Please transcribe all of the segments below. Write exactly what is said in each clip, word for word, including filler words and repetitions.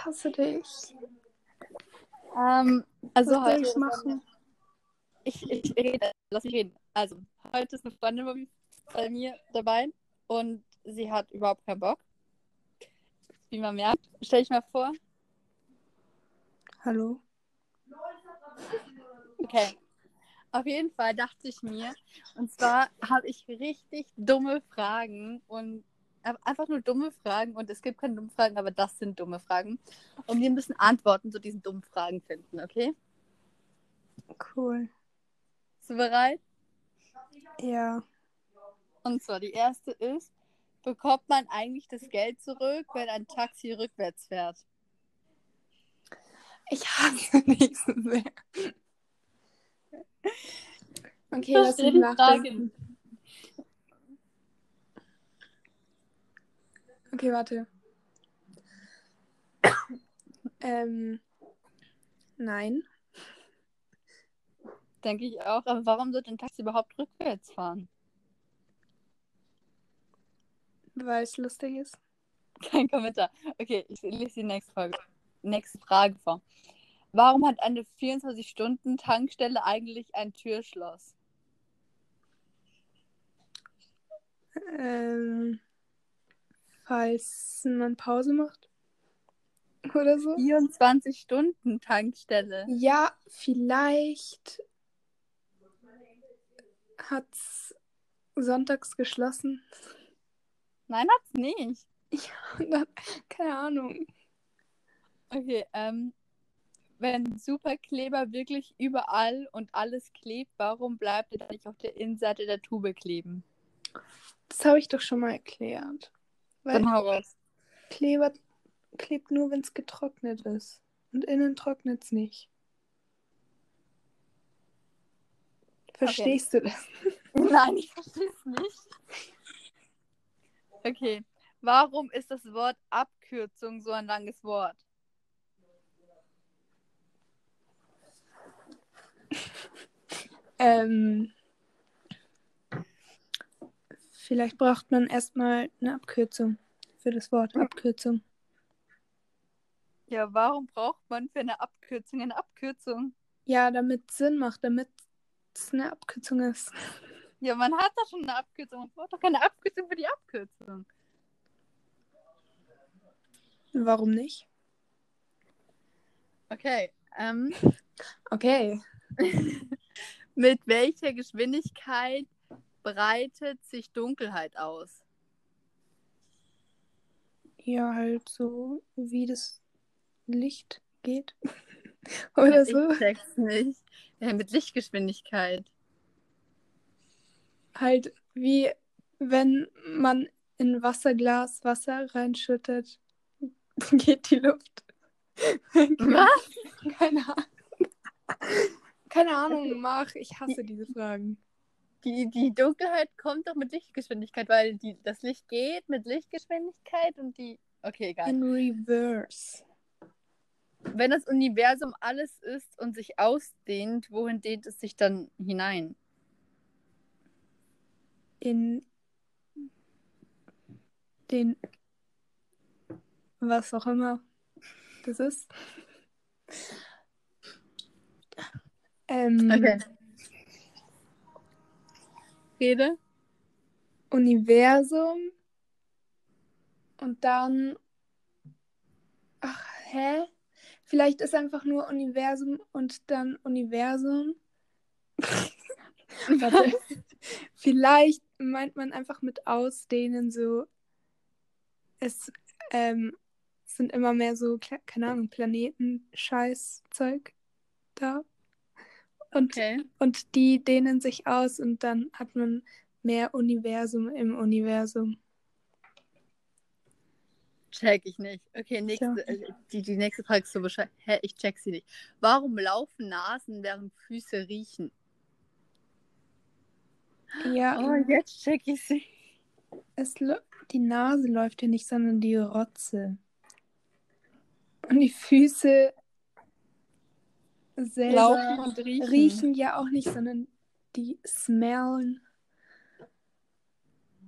hasse dich. Ähm, Was also soll heute. ich machen? Ich, ich rede, lass mich reden. Also, heute ist eine Freundin bei mir- bei mir dabei und sie hat überhaupt keinen Bock. Wie man merkt. Stell dich mal vor. Hallo? Okay. Auf jeden Fall dachte ich mir, und zwar habe ich richtig dumme Fragen und hab einfach nur dumme Fragen und es gibt keine dummen Fragen, aber das sind dumme Fragen. Und wir müssen Antworten zu diesen dummen Fragen finden, okay? Cool. Bist du bereit? Ja. Und zwar die erste ist, bekommt man eigentlich das Geld zurück, wenn ein Taxi rückwärts fährt? Ich hasse dich so sehr. Okay, Das lass ist mich die Frage. nachdenken. Okay, warte. ähm, nein. Denke ich auch, aber warum sollte ein Taxi überhaupt rückwärts fahren? Weil es lustig ist. Kein Kommentar. Okay, ich lese die nächste Frage, nächste Frage vor. Warum hat eine vierundzwanzig-Stunden-Tankstelle eigentlich ein Türschloss? Ähm, falls man Pause macht. Oder so. vierundzwanzig-Stunden-Tankstelle. Ja, vielleicht hat's sonntags geschlossen. Nein, hat's nicht. Ja, dann, keine Ahnung. Okay, ähm, wenn Superkleber wirklich überall und alles klebt, warum bleibt er dann nicht auf der Innenseite der Tube kleben? Das habe ich doch schon mal erklärt. Weil Dann hau raus. Kleber klebt nur, wenn es getrocknet ist. Und innen trocknet es nicht. Verstehst du das? Nein, ich verstehe es nicht. Okay, warum ist das Wort Abkürzung so ein langes Wort? Ähm, vielleicht braucht man erstmal eine Abkürzung für das Wort Abkürzung. Ja, warum braucht man für eine Abkürzung eine Abkürzung? Ja, damit es Sinn macht, damit es eine Abkürzung ist. Ja, man hat doch schon eine Abkürzung. Man braucht doch keine Abkürzung für die Abkürzung. Warum nicht? Okay, ähm, Okay. mit welcher Geschwindigkeit breitet sich Dunkelheit aus? Ja, halt so, wie das Licht geht. Oder Ich so. check's nicht. Ja, mit Lichtgeschwindigkeit. Halt wie wenn man in ein Wasserglas Wasser reinschüttet, geht die Luft. Was? Keine Ahnung. Keine Ahnung, mach. Ich hasse diese Fragen. Die, die Dunkelheit kommt doch mit Lichtgeschwindigkeit, weil die, das Licht geht mit Lichtgeschwindigkeit und die... Okay, egal. In reverse. Wenn das Universum alles ist und sich ausdehnt, wohin dehnt es sich dann hinein? In den, was auch immer das ist. Ähm, Okay. Rede? Universum und dann. Ach, hä? Vielleicht ist einfach nur Universum und dann Universum. Warte. Vielleicht meint man einfach mit Ausdehnen so, es ähm, sind immer mehr so, keine Ahnung, Planeten-Scheiß-Zeug da. Und, Okay. und die dehnen sich aus und dann hat man mehr Universum im Universum. Check ich nicht. Okay, Ich auch nächste, nicht. äh, die, die nächste Frage ist so bescheuert. Hä, ich check sie nicht. Warum laufen Nasen, während Füße riechen? Ja, Oh, jetzt check ich sie. es, die Nase läuft ja nicht, sondern die Rotze. Und die Füße selber Laufen und riechen. riechen ja auch nicht, sondern die smellen.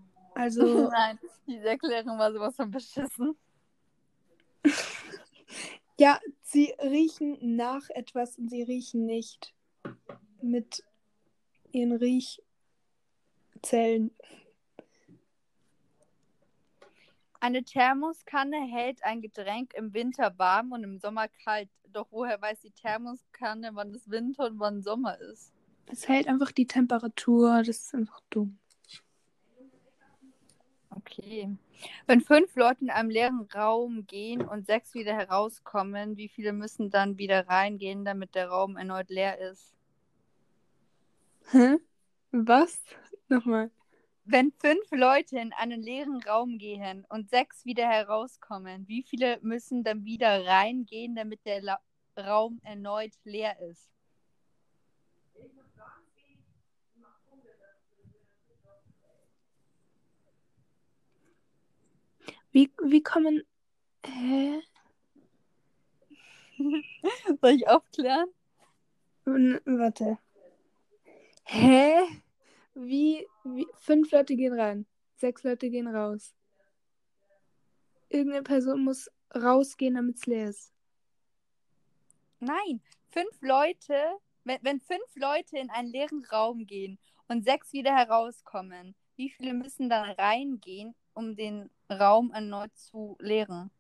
Also, Nein, diese Erklärung war sowas von beschissen. Ja, sie riechen nach etwas und sie riechen nicht mit ihren Riechzellen. Eine Thermoskanne hält ein Getränk im Winter warm und im Sommer kalt. Doch woher weiß die Thermoskanne, wann es Winter und wann Sommer ist? Es hält einfach die Temperatur, das ist einfach dumm. Okay. Wenn fünf Leute in einem leeren Raum gehen und sechs wieder herauskommen, wie viele müssen dann wieder reingehen, damit der Raum erneut leer ist? Hä? Was? Nochmal. Wenn fünf Leute in einen leeren Raum gehen und sechs wieder herauskommen, wie viele müssen dann wieder reingehen, damit der La Raum erneut leer ist? Wie, wie kommen. Hä? Soll ich aufklären? N- Warte. Hä? Wie, wie? Fünf Leute gehen rein. Sechs Leute gehen raus. Irgendeine Person muss rausgehen, damit es leer ist. Nein, fünf Leute, wenn, wenn fünf Leute in einen leeren Raum gehen und sechs wieder herauskommen, wie viele müssen dann reingehen, um den Raum erneut zu leeren?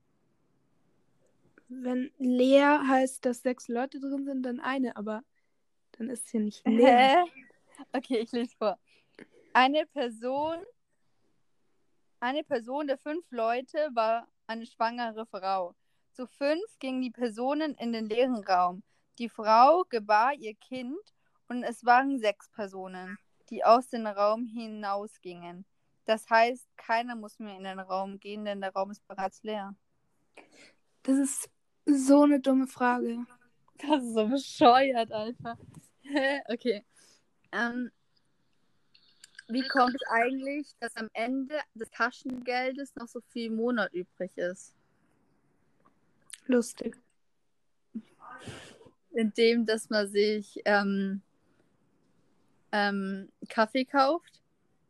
Wenn leer heißt, dass sechs Leute drin sind, dann eine, aber dann ist es ja nicht leer. Hä? Okay, ich lese vor. Eine Person, eine Person der fünf Leute war eine schwangere Frau. Zu fünf gingen die Personen in den leeren Raum. Die Frau gebar ihr Kind und es waren sechs Personen, die aus dem Raum hinausgingen. Das heißt, keiner muss mehr in den Raum gehen, denn der Raum ist bereits leer. Das ist so eine dumme Frage. Das ist so bescheuert, Alter. Hä? Okay. Ähm, wie kommt es eigentlich, dass am Ende des Taschengeldes noch so viel im Monat übrig ist? Lustig. Indem, dass man sich ähm, ähm, Kaffee kauft.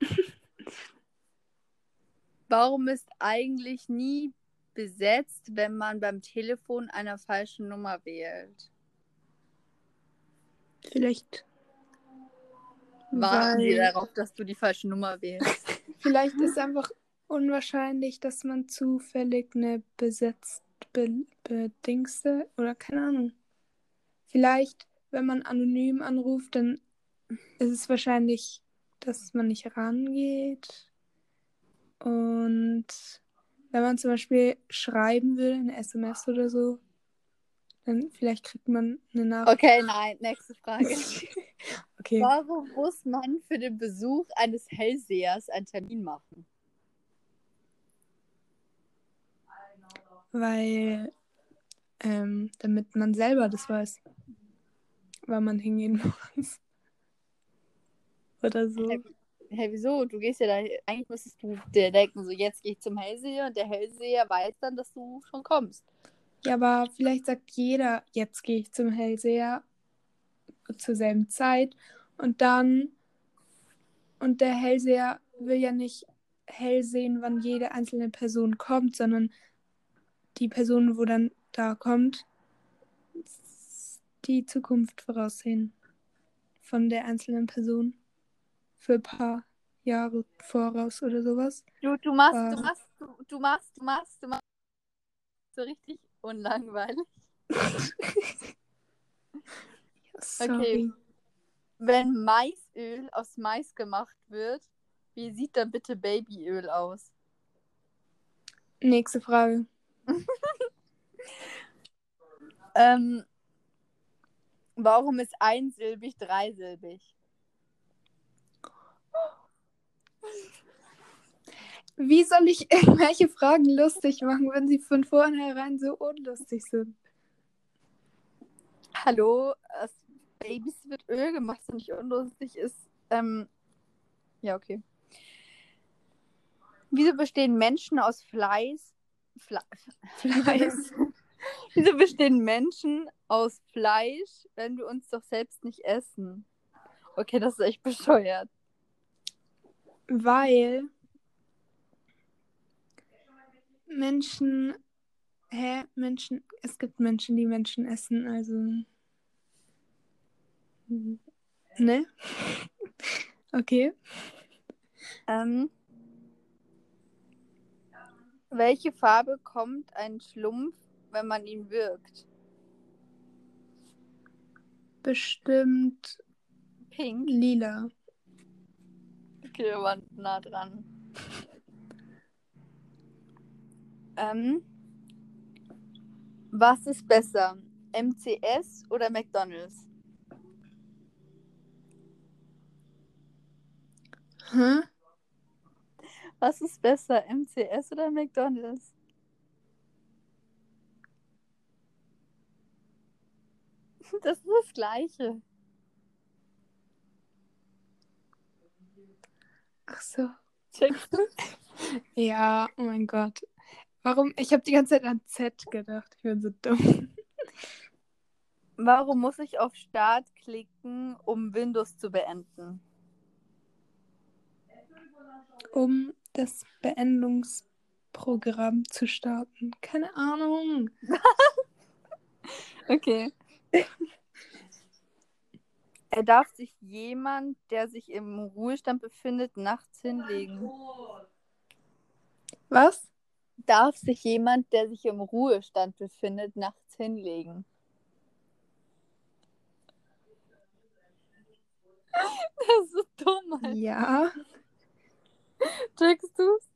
Warum ist eigentlich nie besetzt, wenn man beim Telefon eine falsche Nummer wählt? Vielleicht. Warten Sie Weil. darauf, dass du die falsche Nummer wählst. Vielleicht ist einfach unwahrscheinlich, dass man zufällig eine besetzt be bedingste oder keine Ahnung. Vielleicht, wenn man anonym anruft, dann ist es wahrscheinlich, dass man nicht rangeht. Und wenn man zum Beispiel schreiben will, eine S M S oder so, dann vielleicht kriegt man eine Nachricht. Okay, nein, nächste Frage. Okay, Warum muss man für den Besuch eines Hellsehers einen Termin machen? weil ähm, damit man selber das weiß, wann man hingehen muss. Oder so. Hey, hey, wieso? Du gehst ja da, eigentlich müsstest du dir denken, so jetzt gehe ich zum Hellseher und der Hellseher weiß dann, dass du schon kommst. Ja, aber vielleicht sagt jeder, jetzt gehe ich zum Hellseher zur selben Zeit und dann und der Hellseher will ja nicht hell sehen, wann jede einzelne Person kommt, sondern die Person, wo dann da kommt, die Zukunft voraussehen von der einzelnen Person für ein paar Jahre voraus oder sowas. Du, du machst, du Aber machst, du, du machst, du machst, du machst so richtig unlangweilig. Okay, sorry. wenn Maisöl aus Mais gemacht wird, wie sieht dann bitte Babyöl aus? Nächste Frage. Ähm, warum ist einsilbig dreisilbig? Wie soll ich irgendwelche Fragen lustig machen, wenn sie von vornherein so unlustig sind? Hallo, aus Babys wird Öl gemacht, das nicht unlustig ist. Ähm, ja, okay. Wieso bestehen Menschen aus Fleiß? Fle Fleiß. Wieso bestehen Menschen aus Fleisch, wenn wir uns doch selbst nicht essen? Okay, das ist echt bescheuert. Weil Menschen Hä? Menschen, es gibt Menschen, die Menschen essen, also. Ne? Okay. Ähm, welche Farbe kommt ein Schlumpf, wenn man ihn wirkt? Bestimmt Pink. lila. Okay, wir waren nah dran. Ähm, was ist besser? M C S oder McDonald's? Hä? Was ist besser? M C S oder McDonald's? Das ist das Gleiche. Ach so. Checkst du? Ja, oh mein Gott. Warum? Ich habe die ganze Zeit an Z gedacht. Ich bin so dumm. Warum muss ich auf Start klicken, um Windows zu beenden? Um das Beendungsprogramm zu starten. Keine Ahnung. Okay. Er darf sich jemand, der sich im Ruhestand befindet, nachts hinlegen. Was? Darf sich jemand, der sich im Ruhestand befindet, nachts hinlegen? Das ist so dumm, Alter. Ja. Checkst du's?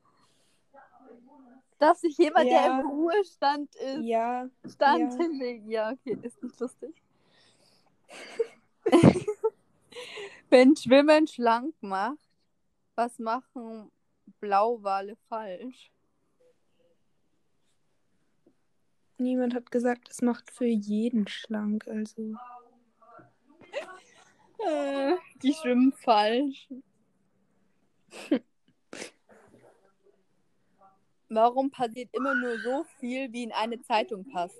Darf sich jemand, der Ja. im Ruhestand ist, Ja. Stand Ja. hinlegen? Ja, okay, ist nicht lustig. Wenn Schwimmen schlank macht, was machen Blauwale falsch? Niemand hat gesagt, es macht für jeden schlank, also. Äh, die schwimmen falsch. Warum passiert immer nur so viel, wie in eine Zeitung passt?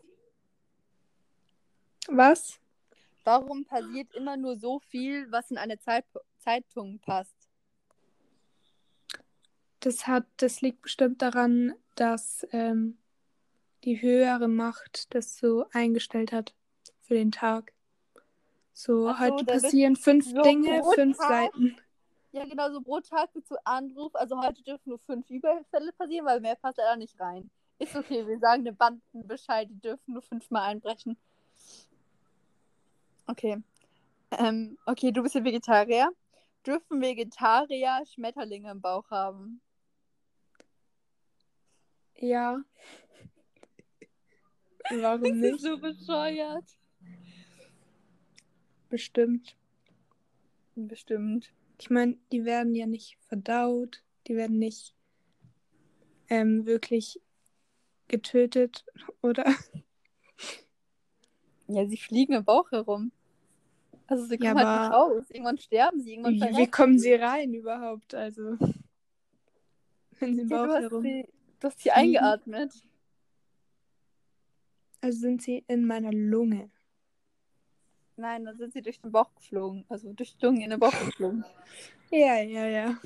Was? Warum passiert immer nur so viel, was in eine Zeit Zeitung passt? Das hat, das liegt bestimmt daran, dass ähm, die höhere Macht das so eingestellt hat für den Tag. So, Ach so, heute da wird passieren fünf so Dinge, pro fünf Tag, Seiten. ja genau, so pro Tag wird so Anruf, also heute dürfen nur fünf Überfälle passieren, weil mehr passt leider nicht rein. Ist okay, wir sagen den Banden Bescheid, die dürfen nur fünfmal einbrechen. Okay. Ähm, okay, du bist ja Vegetarier. Dürfen Vegetarier Schmetterlinge im Bauch haben? Ja. Warum Das ist nicht? so bescheuert. Bestimmt. Bestimmt. Ich meine, die werden ja nicht verdaut, die werden nicht ähm, wirklich getötet, oder? Ja, sie fliegen im Bauch herum. Also sie Ja, kommen halt nicht aber raus. Irgendwann sterben sie, irgendwann wie, wie verrecken kommen sie. sie rein überhaupt? Also, wenn sie im Ja, du Bauch hast herum sie, du hast sie fliegen. eingeatmet. Also sind sie in meiner Lunge. Nein, dann sind sie durch den Bauch geflogen. Also durch die Lunge in den Bauch geflogen. Ja, ja, ja.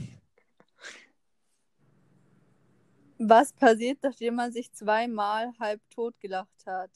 Was passiert, nachdem man sich zweimal halb tot gelacht hat?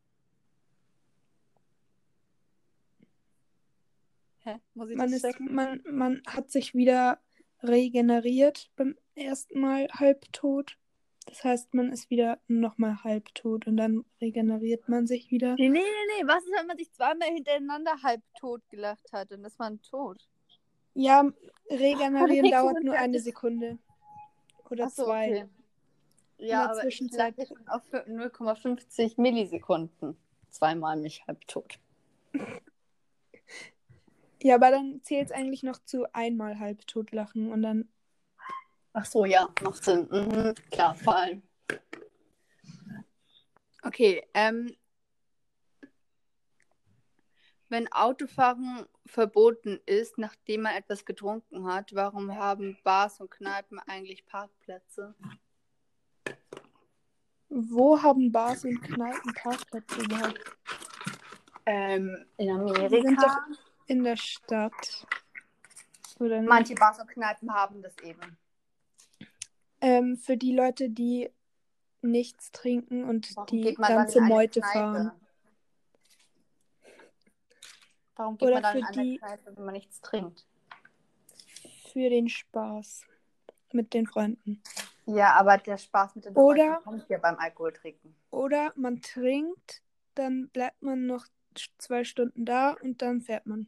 Hä? Muss ich Man das ist, checken? man, man hat sich wieder regeneriert beim ersten Mal halbtot. Das heißt, man ist wieder nochmal halbtot und dann regeneriert man sich wieder. Nee, nee, nee, nee. Was ist, wenn man sich zweimal hintereinander halb tot gelacht hat? Dann ist man tot. Ja, regenerieren Pixel dauert sind nur eine fertig. Sekunde oder Achso, zwei. okay. In Ja, der aber ich lag Zwischenzeit. jetzt schon auf null Komma fünfzig Millisekunden. Zweimal mich halb tot. Ja, aber dann zählt es eigentlich noch zu einmal halbtot lachen und dann. Ach so, ja, macht Sinn. Mhm, klar, vor allem. Okay, ähm, wenn Autofahren verboten ist, nachdem man etwas getrunken hat, warum haben Bars und Kneipen eigentlich Parkplätze? Wo haben Bars und Kneipen Parkplätze überhaupt? Ähm, in Die sind doch Amerika. in der Stadt. Oder nicht? Manche Bars und Kneipen haben das eben. Ähm, für die Leute, die nichts trinken und Warum die geht man dann ganze in eine Meute Kneipe? fahren. Warum geht Oder man dann für in eine die, Kneipe, wenn man nichts trinkt? für den Spaß mit den Freunden. Ja, aber der Spaß mit den Oder- Freunden kommt ja beim Alkohol trinken. Oder man trinkt, dann bleibt man noch zwei Stunden da und dann fährt man.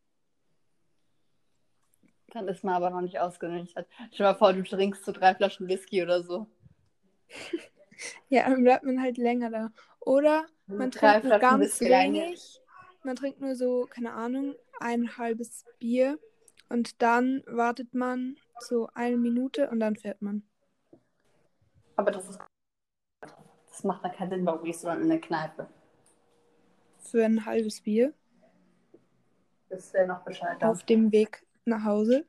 Dann ist man aber noch nicht ausgenüchtert. Stell dir mal vor, du trinkst so drei Flaschen Whisky oder so. Ja, dann bleibt man halt länger da. Oder man Drei trinkt nur Flaschen ganz Whisky rein. wenig. Man trinkt nur so, keine Ahnung, ein halbes Bier. Und dann wartet man so eine Minute und dann fährt man. Aber das ist. Das macht dann keinen Sinn, warum gehst du dann in eine Kneipe? Für ein halbes Bier Das wäre noch Bescheid. auf dem Weg nach Hause.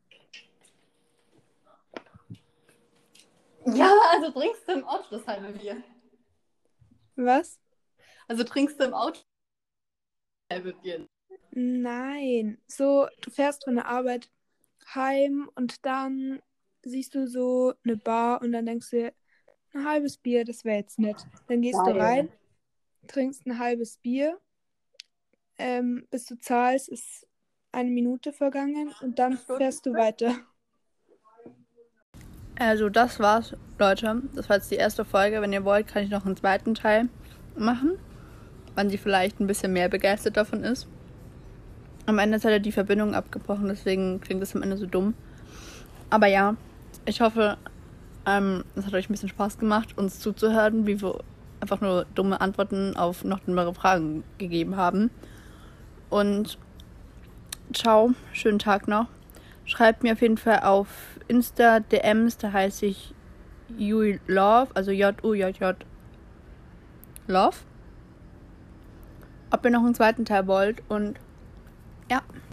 Ja, also trinkst du im Auto das halbe Bier. Was? Also trinkst du im Auto das halbe Bier. Nein. So, du fährst von der Arbeit heim und dann siehst du so eine Bar und dann denkst du dir, ein halbes Bier, das wäre jetzt nett. Dann gehst du Geil. rein, trinkst ein halbes Bier, ähm, bis du zahlst, ist eine Minute vergangen und dann fährst du weiter. Also das war's, Leute. Das war jetzt die erste Folge. Wenn ihr wollt, kann ich noch einen zweiten Teil machen, wann sie vielleicht ein bisschen mehr begeistert davon ist. Am Ende ist halt die Verbindung abgebrochen, deswegen klingt das am Ende so dumm. Aber ja, ich hoffe, ähm, es hat euch ein bisschen Spaß gemacht, uns zuzuhören, wie wir einfach nur dumme Antworten auf noch dümmere Fragen gegeben haben. Und ciao, schönen Tag noch. Schreibt mir auf jeden Fall auf Insta D Ms, da heiße ich Love, also J U J J Love. Ob ihr noch einen zweiten Teil wollt und ja.